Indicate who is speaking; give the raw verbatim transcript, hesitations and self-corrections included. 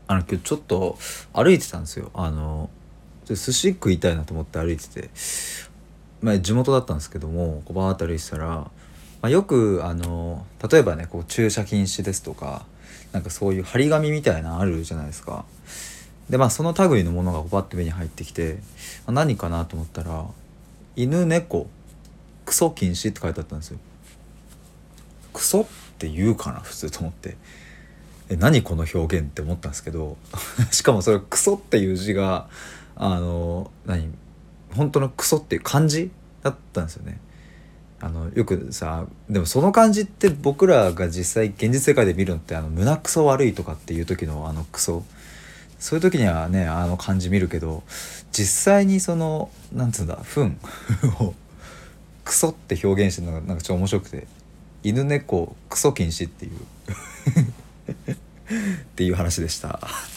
Speaker 1: あの今日ちょっと歩いてたんですよ。あのちょっと寿司食いたいなと思って歩いてて、まあ、地元だったんですけども、こうバーッと歩いてたら、まあ、よくあの例えばねこう駐車禁止ですとか、なんかそういう張り紙みたいなのあるじゃないですか。でまあその類のものがこうバッて目に入ってきて、まあ、何かなと思ったら犬猫クソ禁止って書いてあったんですよ。クソって言うかな普通と思って、え何この表現って思ったんですけどしかもそれクソっていう字があの何本当のクソっていう漢字だったんですよね。あのよくさ、でもその漢字って僕らが実際現実世界で見るのってあの胸クソ悪いとかっていう時のあのクソ、そういう時にはねあの漢字見るけど、実際にそのなんつうんだ糞をクソって表現してるのがなんかちょっと面白くて、犬猫クソ禁止っていうっていう話でした。